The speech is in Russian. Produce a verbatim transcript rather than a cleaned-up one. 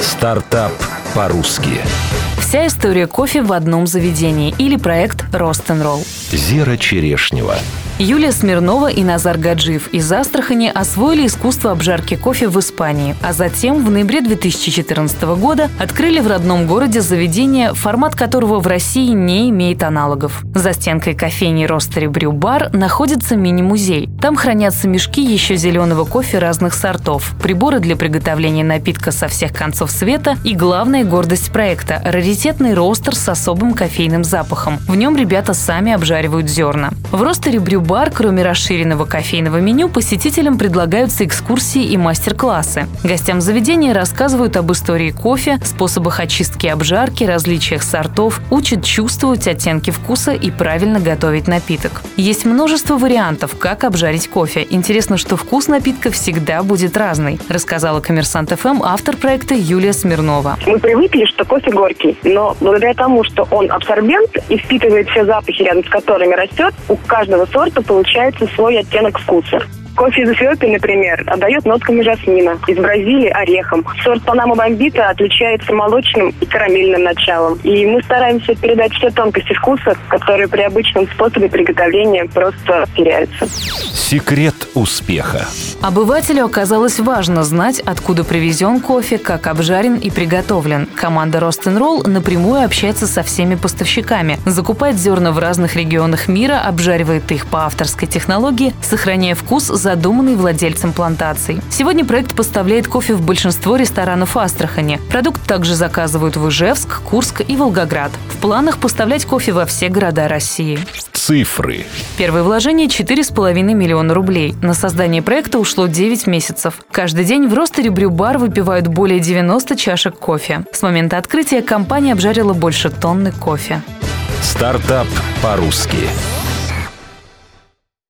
Стартап по-русски. Вся история кофе в одном заведении или проект Roast&Roll. Зера Черешнева. Юлия Смирнова и Назар Гаджиев из Астрахани освоили искусство обжарки кофе в Испании, а затем в ноябре две тысячи четырнадцатого года открыли в родном городе заведение, формат которого в России не имеет аналогов. За стенкой кофейни Roastery Brew Bar находится мини-музей. Там хранятся мешки еще зеленого кофе разных сортов, приборы для приготовления напитка со всех концов света и главная гордость проекта – раритетный роустер с особым кофейным запахом. В нем ребята сами обжаривают зерна. В Roastery Brew Bar, кроме расширенного кофейного меню, посетителям предлагаются экскурсии и мастер-классы. Гостям заведения рассказывают об истории кофе, способах очистки и обжарки, различиях сортов, учат чувствовать оттенки вкуса и правильно готовить напиток. Есть множество вариантов, как обжарить кофе. Интересно, что вкус напитка всегда будет разный, рассказала Коммерсант эф эм автор проекта Юлия Смирнова. Мы привыкли, что кофе горький, но благодаря тому, что он абсорбент и впитывает все запахи, рядом с которыми растет, у каждого сорта получается свой оттенок вкуса. Кофе из Эфиопии, например, отдает нотками жасмина, из Бразилии – орехом. Сорт Панама Бомбита отличается молочным и карамельным началом. И мы стараемся передать все тонкости вкуса, которые при обычном способе приготовления просто теряются. Секрет успеха. Обывателю оказалось важно знать, откуда привезен кофе, как обжарен и приготовлен. Команда Roast&Roll напрямую общается со всеми поставщиками, закупает зерна в разных регионах мира, обжаривает их по авторской технологии, сохраняя вкус, задуманный владельцем плантаций. Сегодня проект поставляет кофе в большинство ресторанов Астрахани. Продукт также заказывают в Ижевск, Курск и Волгоград. В планах поставлять кофе во все города России. Цифры. Первое вложение – четыре с половиной миллиона рублей. На создание проекта ушло девять месяцев. Каждый день в Roastery Brew Bar выпивают более девяноста чашек кофе. С момента открытия компания обжарила больше тонны кофе. Стартап по-русски.